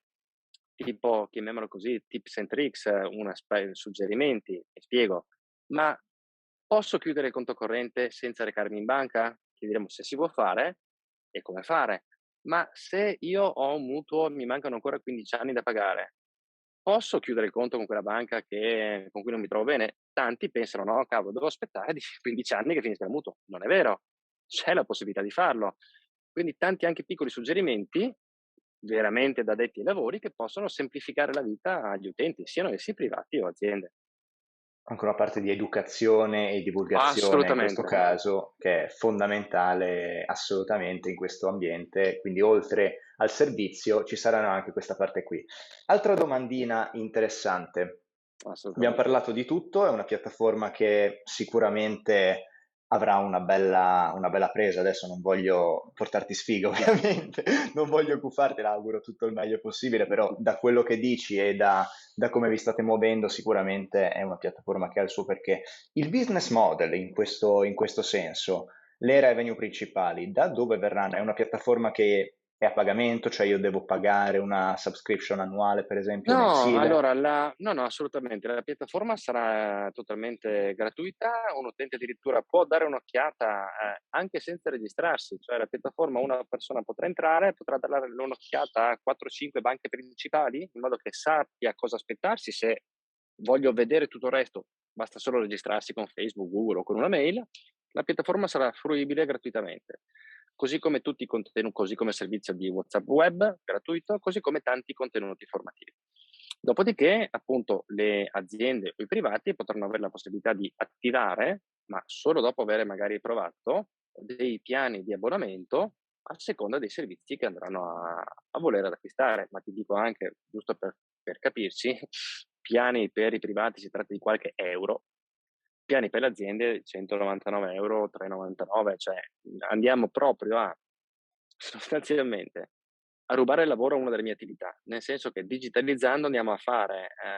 B: tipo, chiamiamolo così, tips and tricks, eh, una spa- suggerimenti, mi spiego, ma posso chiudere il conto corrente senza recarmi in banca? Chiederemo se si può fare e come fare. Ma se io ho un mutuo, mi mancano ancora quindici anni da pagare, posso chiudere il conto con quella banca che- con cui non mi trovo bene? Tanti pensano, no, cavolo, devo aspettare di quindici anni che finisca il mutuo. Non è vero, c'è la possibilità di farlo. Quindi tanti anche piccoli suggerimenti, veramente da addetti ai lavori, che possono semplificare la vita agli utenti, siano essi privati o aziende.
A: Anche una parte di educazione e divulgazione in questo
B: Assolutamente,
A: caso, che è fondamentale assolutamente in questo ambiente, quindi oltre al servizio ci saranno anche questa parte qui. Altra domandina interessante. Abbiamo
B: assolutamente.
A: parlato di tutto, è una piattaforma che sicuramente avrà una bella, una bella presa. Adesso non voglio portarti sfiga, ovviamente, non voglio gufarti, auguro tutto il meglio possibile, però da quello che dici e da, da come vi state muovendo, sicuramente è una piattaforma che ha il suo perché. Il business model in questo, in questo senso, le revenue principali, da dove verranno? È una piattaforma che è a pagamento, cioè io devo pagare una subscription annuale, per esempio,
B: No,
A: mensile?
B: allora la no, no, assolutamente. La piattaforma sarà totalmente gratuita, un utente addirittura può dare un'occhiata, ehm, anche senza registrarsi, cioè la piattaforma una persona potrà entrare, potrà dare un'occhiata a quattro, cinque banche principali, in modo che sappia cosa aspettarsi. Se voglio vedere tutto il resto, basta solo registrarsi con Facebook, Google o con una mail. La piattaforma sarà fruibile gratuitamente, così come tutti i contenuti, così come il servizio di WhatsApp web gratuito, così come tanti contenuti formativi. Dopodiché, appunto, le aziende o i privati potranno avere la possibilità di attivare, ma solo dopo aver magari provato, dei piani di abbonamento a seconda dei servizi che andranno a, a voler acquistare. Ma ti dico anche, giusto per, per capirci, piani per i privati si tratta di qualche euro, piani per le aziende centonovantanove euro, trecentonovantanove, cioè andiamo proprio a sostanzialmente a rubare il lavoro a una delle mie attività, nel senso che digitalizzando andiamo a fare, eh,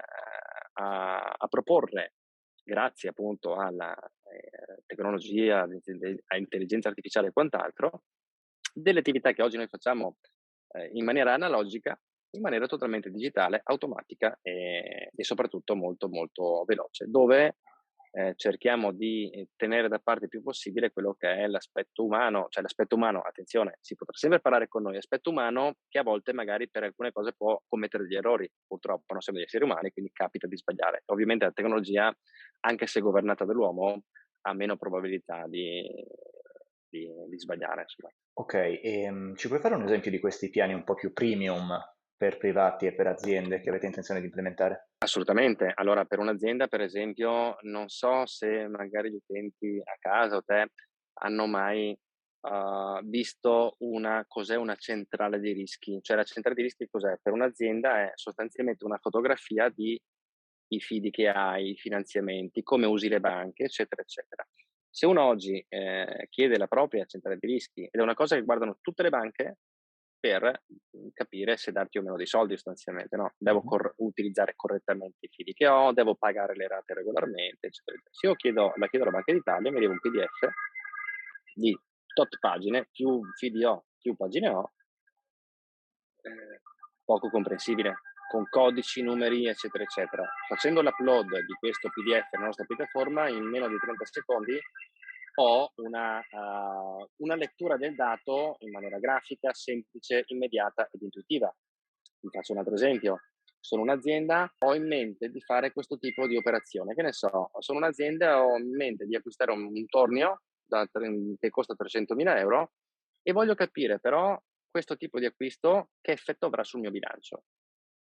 B: a, a proporre, grazie appunto alla eh, tecnologia, a intelligenza artificiale e quant'altro, delle attività che oggi noi facciamo eh, in maniera analogica, in maniera totalmente digitale, automatica e, e soprattutto molto molto veloce, dove eh, cerchiamo di eh, tenere da parte il più possibile quello che è l'aspetto umano, cioè l'aspetto umano, attenzione, si potrà sempre parlare con noi, aspetto umano che a volte magari per alcune cose può commettere degli errori, purtroppo non siamo degli esseri umani, quindi capita di sbagliare. Ovviamente la tecnologia, anche se governata dall'uomo, ha meno probabilità di, di, di sbagliare. Insomma.
A: Ok, ehm, ci puoi fare un esempio di questi piani un po' più premium per privati e per aziende che avete intenzione di implementare?
B: Assolutamente. Allora, per un'azienda, per esempio, non so se magari gli utenti a casa o te hanno mai uh, visto una, cos'è una centrale di rischi. Cioè la centrale di rischi cos'è? Per un'azienda è sostanzialmente una fotografia di i fidi che hai, i finanziamenti, come usi le banche, eccetera, eccetera. Se uno oggi eh, chiede la propria centrale di rischi, ed è una cosa che guardano tutte le banche per mh, capire se darti o meno dei soldi sostanzialmente, no? Devo
A: Mhm.
B: cor- utilizzare correttamente i fidi che ho, devo pagare le rate regolarmente, eccetera, eccetera. Se io chiedo, la chiedo alla Banca d'Italia, mi arriva un P D F di tot pagine, più fidi ho, più pagine ho, eh, poco comprensibile, con codici, numeri, eccetera, eccetera. Facendo l'upload di questo P D F nella nostra piattaforma, in meno di trenta secondi ho una, uh, una lettura del dato in maniera grafica, semplice, immediata ed intuitiva. Vi faccio un altro esempio. Sono un'azienda, ho in mente di fare questo tipo di operazione. Che ne so, sono un'azienda, ho in mente di acquistare un, un tornio da, che costa trecentomila euro e voglio capire però questo tipo di acquisto che effetto avrà sul mio bilancio.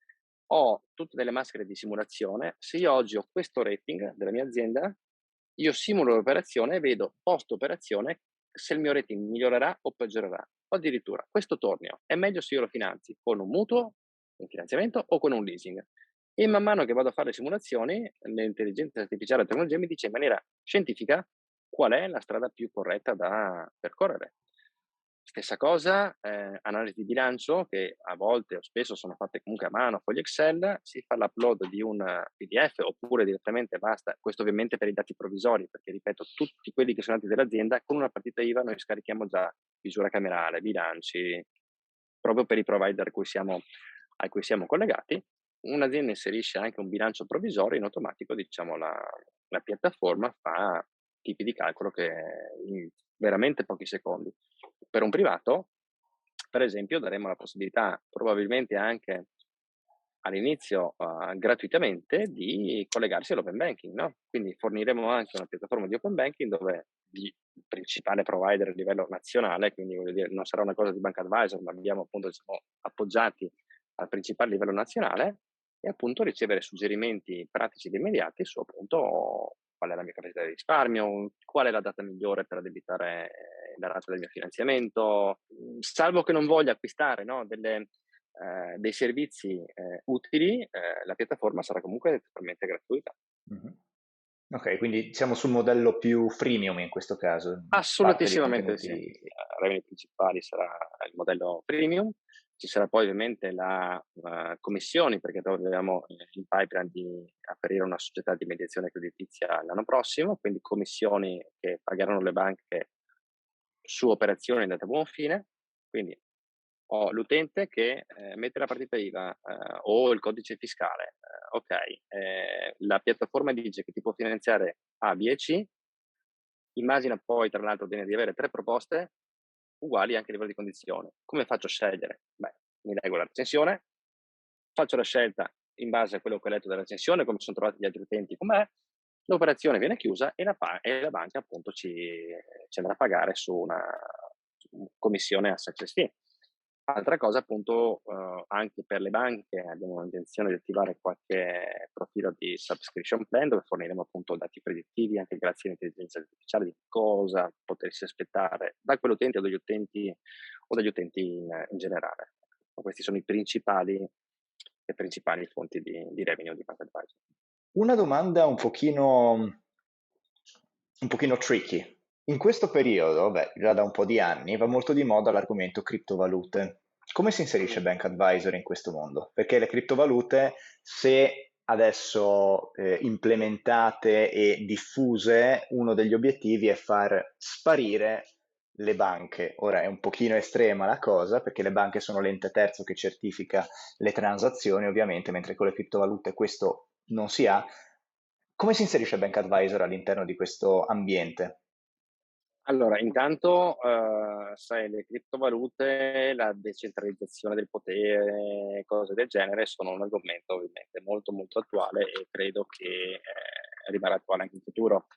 B: ho tutte delle maschere di simulazione. Se io oggi ho questo rating della mia azienda, io simulo l'operazione e vedo post operazione se il mio rating migliorerà o peggiorerà. O addirittura, questo tornio è meglio se io lo finanzi con un mutuo, un finanziamento o con un leasing. E man mano che vado a fare le simulazioni, l'intelligenza artificiale e la tecnologia mi dice in maniera scientifica qual è la strada più corretta da percorrere. Stessa cosa, eh, analisi di bilancio, che a volte o spesso sono fatte comunque a mano, fogli Excel, si fa l'upload di un P D F oppure direttamente basta. Questo ovviamente per i dati provvisori, perché ripeto, tutti quelli che sono dati dell'azienda, con una partita I V A noi scarichiamo già misura camerale, bilanci, proprio per i provider a cui siamo, a cui siamo collegati. Un'azienda inserisce anche un bilancio provvisorio, in automatico diciamo la, la piattaforma fa tipi di calcolo che in veramente pochi secondi. Per un privato, per esempio, daremo la possibilità, probabilmente anche all'inizio uh, gratuitamente, di collegarsi all'open banking, no? Quindi forniremo anche una piattaforma di open banking dove il principale provider a livello nazionale, quindi voglio dire, non sarà una cosa di Bank Advisor, ma abbiamo appunto siamo appoggiati al principale livello nazionale e appunto ricevere suggerimenti pratici ed immediati su appunto qual è la mia capacità di risparmio, qual è la data migliore per addebitare la rata del mio finanziamento, salvo che non voglia acquistare, no, delle, eh, dei servizi eh, utili, eh, la piattaforma sarà comunque totalmente gratuita.
A: Mhm. Ok, quindi siamo sul modello più freemium in questo caso, parte dei
B: Assolutissimamente sì.
A: contenuti.
B: I revenue principali sarà il modello premium, ci sarà poi ovviamente la uh, commissioni, perché abbiamo in pipeline di aprire una società di mediazione creditizia l'anno prossimo, quindi commissioni che pagheranno le banche su operazioni andate a buon fine. Quindi ho l'utente che eh, mette la partita I V A eh, o il codice fiscale, eh, ok, eh, la piattaforma dice che ti può finanziare A, B e C, immagina poi tra l'altro di avere tre proposte uguali anche a livello di condizioni. Come faccio a scegliere? Beh, mi leggo la recensione, faccio la scelta in base a quello che ho letto dalla recensione, come sono trovati gli altri utenti con me, l'operazione viene chiusa e la, pa- e la banca appunto ci, ci andrà a pagare su una, su una commissione a success fee. Altra cosa appunto eh, anche per le banche abbiamo intenzione di attivare qualche profilo di subscription plan dove forniremo appunto dati predittivi anche grazie all'intelligenza artificiale di cosa potersi aspettare da quell'utente o dagli utenti o dagli utenti in, in generale. Questi sono i principali, le principali fonti di, di revenue di Bank Advisor.
A: Una domanda un pochino, un pochino tricky. In questo periodo, beh, già da un po' di anni, va molto di moda l'argomento criptovalute. Come si inserisce Bank Advisor in questo mondo? Perché le criptovalute, se adesso eh, implementate e diffuse, uno degli obiettivi è far sparire le banche. Ora è un pochino estrema la cosa, perché le banche sono l'ente terzo che certifica le transazioni, ovviamente, mentre con le criptovalute questo non si ha. Come si inserisce Bank Advisor all'interno di questo ambiente?
B: Allora, intanto, eh, sai, le criptovalute, la decentralizzazione del potere, cose del genere, sono un argomento ovviamente molto molto attuale e credo che eh, rimarrà attuale anche in futuro.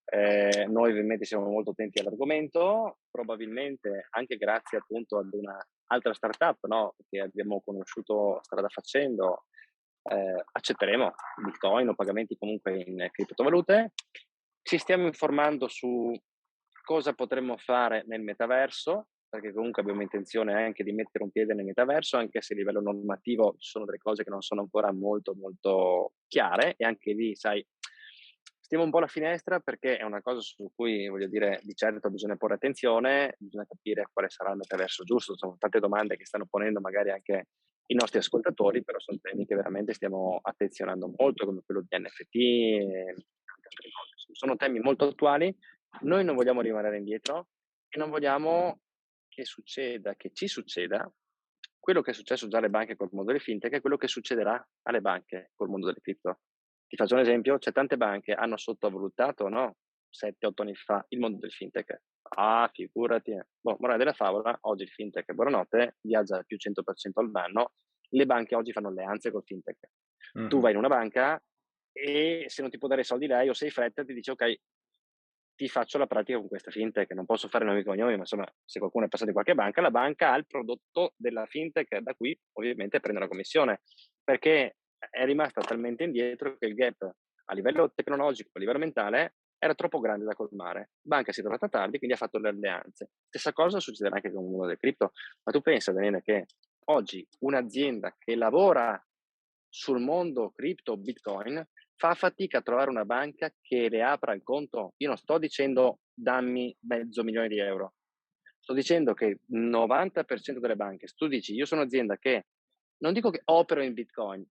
B: Eh, noi ovviamente siamo molto attenti all'argomento, probabilmente anche grazie appunto ad una altra startup, no, che abbiamo conosciuto strada facendo, eh, accetteremo Bitcoin o pagamenti comunque in criptovalute. Ci stiamo informando su cosa potremmo fare nel metaverso, perché comunque abbiamo intenzione anche di mettere un piede nel metaverso, anche se a livello normativo ci sono delle cose che non sono ancora molto molto chiare e anche lì, sai, stiamo un po' alla finestra perché è una cosa su cui, voglio dire, di certo bisogna porre attenzione, bisogna capire quale sarà il metaverso giusto, sono tante domande che stanno ponendo magari anche i nostri ascoltatori, però sono temi che veramente stiamo attenzionando molto, come quello di N F T e tante altre cose. Sono temi molto attuali, noi non vogliamo rimanere indietro e non vogliamo che succeda, che ci succeda quello che è successo già alle banche col mondo delle fintech è quello che succederà alle banche col mondo delle cripto. Ti faccio un esempio, c'è tante banche hanno sottovalutato, no? sette otto anni fa il mondo del fintech. Ah, figurati. Boh, morale della favola, oggi il fintech, buonanotte, viaggia al più cento per cento all'anno, le banche oggi fanno alleanze col fintech. Tu
A: Mhm.
B: vai in una banca e se non ti può dare soldi lei o sei fretta ti dice ok, ti faccio la pratica con questa fintech, non posso fare nomi e cognomi, ma insomma, se qualcuno è passato in qualche banca, la banca ha il prodotto della fintech da cui ovviamente prende una commissione, perché è rimasta talmente indietro che il gap a livello tecnologico, a livello mentale, era troppo grande da colmare. Banca si è trovata tardi, quindi ha fatto le alleanze. Stessa cosa succederà anche con il mondo del cripto. Ma tu pensa, Daniele, che oggi un'azienda che lavora sul mondo cripto, Bitcoin, fa fatica a trovare una banca che le apra il conto? Io non sto dicendo dammi mezzo milione di euro. Sto dicendo che il novanta per cento delle banche, se tu dici io sono un'azienda che non dico che opero in Bitcoin,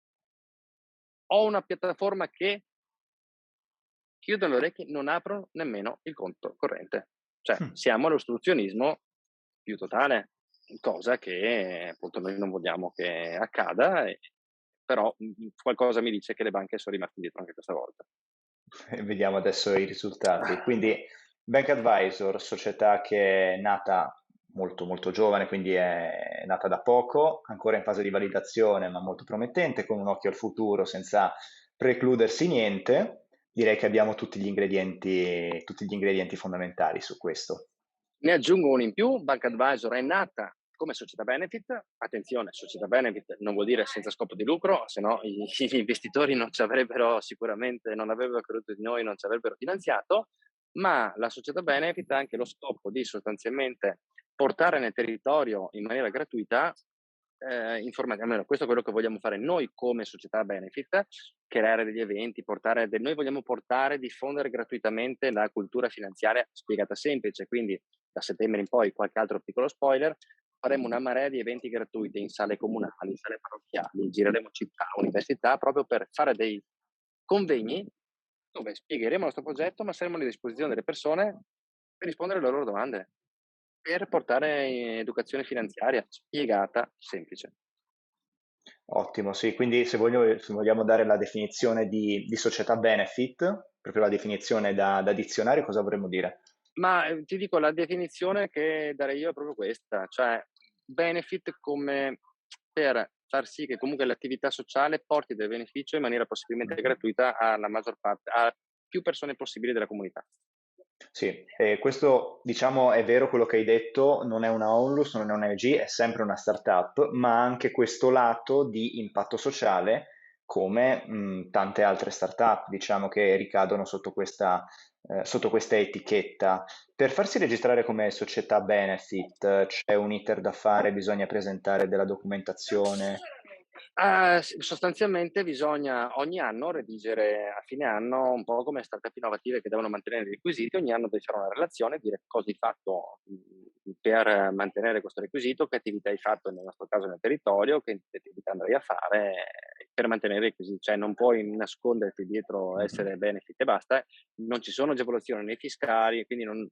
B: ho una piattaforma che chiudono le orecchie, non aprono nemmeno il conto corrente. Cioè,
A: Hm.
B: siamo all'ostruzionismo più totale, cosa che appunto noi non vogliamo che accada, e, però mh, qualcosa mi dice che le banche sono rimaste indietro anche questa volta.
A: E vediamo adesso i risultati. Quindi Bank Advisor, società che è nata molto molto giovane, quindi è nata da poco, ancora in fase di validazione, ma molto promettente, con un occhio al futuro senza precludersi niente. Direi che abbiamo tutti gli ingredienti, tutti gli ingredienti fondamentali su questo.
B: Ne aggiungo uno in più, Bank Advisor è nata come società benefit. Attenzione, società benefit non vuol dire senza scopo di lucro, se no gli investitori non ci avrebbero sicuramente, non avrebbero creduto di noi, non ci avrebbero finanziato, ma la società benefit ha anche lo scopo di sostanzialmente portare nel territorio in maniera gratuita eh, informazioni, almeno questo è quello che vogliamo fare noi come società benefit, creare degli eventi, portare, de- noi vogliamo portare, diffondere gratuitamente la cultura finanziaria spiegata semplice, quindi da settembre in poi, qualche altro piccolo spoiler, faremo una marea di eventi gratuiti in sale comunali, in sale parrocchiali, gireremo città, università, proprio per fare dei convegni dove spiegheremo il nostro progetto, ma saremo a disposizione delle persone per rispondere alle loro domande, per portare educazione finanziaria spiegata, semplice.
A: Ottimo, sì, quindi se voglio- se vogliamo dare la definizione di, di società benefit, proprio la definizione da, da dizionario, cosa vorremmo dire?
B: Ma eh, ti dico, la definizione che darei io è proprio questa, cioè benefit come per far sì che comunque l'attività sociale porti del beneficio in maniera possibilmente gratuita alla maggior parte, a più persone possibili della comunità.
A: Sì, e questo diciamo è vero quello che hai detto, non è una onlus, non è una O N G, è sempre una startup, ma ha anche questo lato di impatto sociale come mh, tante altre startup, diciamo che ricadono sotto questa, eh, sotto questa etichetta. Per farsi registrare come società benefit, eh, c'è un iter da fare, bisogna presentare della documentazione.
B: Ah, s- sostanzialmente bisogna ogni anno redigere a fine anno, un po' come startup innovative che devono mantenere i requisiti, ogni anno devi fare una relazione, dire cosa hai fatto mh, per mantenere questo requisito, che attività hai fatto nel nostro caso nel territorio, che attività andrai a fare eh, per mantenere i requisiti, cioè non puoi nasconderti dietro
A: Mhm.
B: essere benefit e basta, non ci sono agevolazioni nei fiscali, quindi non,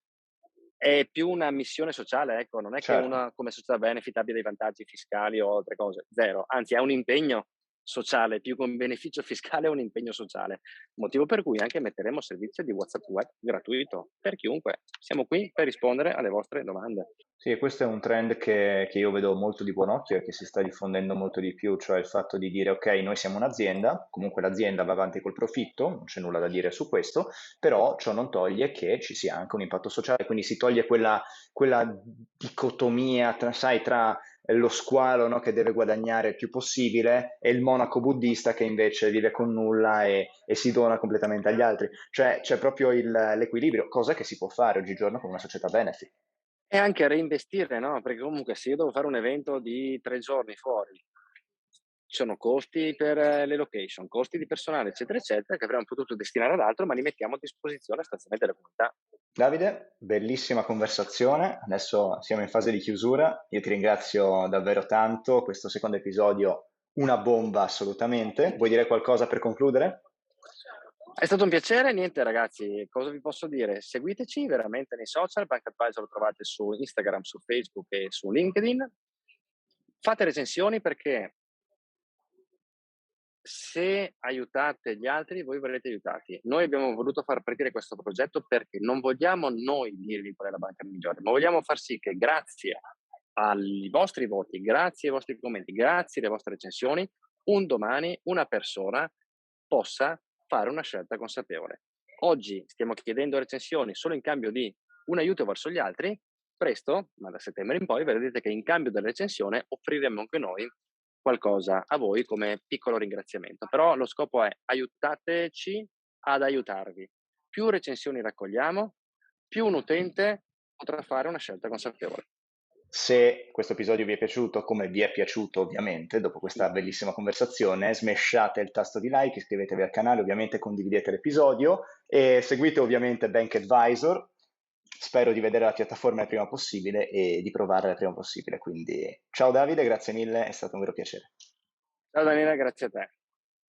B: è più una missione sociale, ecco, non è che
A: Certo.
B: una come società benefit abbia dei vantaggi fiscali o altre cose, zero, anzi è un impegno sociale, più che un beneficio fiscale è un impegno sociale, motivo per cui anche metteremo servizio di WhatsApp web gratuito per chiunque. Siamo qui per rispondere alle vostre domande.
A: Sì, e questo è un trend che, che io vedo molto di buon occhio e che si sta diffondendo molto di più, cioè il fatto di dire ok, noi siamo un'azienda, comunque l'azienda va avanti col profitto, non c'è nulla da dire su questo, però ciò non toglie che ci sia anche un impatto sociale, quindi si toglie quella, quella dicotomia tra, sai, tra lo squalo, no, che deve guadagnare il più possibile e il monaco buddista che invece vive con nulla e, e si dona completamente agli altri, cioè c'è proprio il- l'equilibrio, cosa che si può fare oggigiorno con una società benefit.
B: E anche reinvestire, no? Perché comunque se io devo fare un evento di tre giorni fuori, ci sono costi per eh, le location, costi di personale, eccetera, eccetera, che avremmo potuto destinare ad altro, ma li mettiamo a disposizione sostanzialmente della comunità.
A: Davide, bellissima conversazione. Adesso siamo in fase di chiusura. Io ti ringrazio davvero tanto. Questo secondo episodio, una bomba assolutamente. Vuoi dire qualcosa per concludere?
B: È stato un piacere, niente ragazzi, cosa vi posso dire? Seguiteci veramente nei social, Bank Advisor lo trovate su Instagram, su Facebook e su LinkedIn. Fate recensioni perché se aiutate gli altri, voi verrete aiutati. Noi abbiamo voluto far partire questo progetto perché non vogliamo noi dirvi qual è la banca migliore, ma vogliamo far sì che grazie ai vostri voti, grazie ai vostri commenti, grazie alle vostre recensioni, un domani una persona possa fare una scelta consapevole. Oggi stiamo chiedendo recensioni solo in cambio di un aiuto verso gli altri, presto, ma da settembre in poi, vedrete che in cambio della recensione offriremo anche noi qualcosa a voi come piccolo ringraziamento. Però lo scopo è aiutateci ad aiutarvi. Più recensioni raccogliamo, più un utente potrà fare una scelta consapevole.
A: Se questo episodio vi è piaciuto, come vi è piaciuto ovviamente, dopo questa bellissima conversazione, smashate il tasto di like, iscrivetevi al canale, ovviamente condividete l'episodio e seguite ovviamente Bank Advisor. Spero di vedere la piattaforma il prima possibile e di provarla il prima possibile. Quindi ciao Davide, grazie mille, è stato un vero piacere.
B: Ciao Daniele, grazie a te.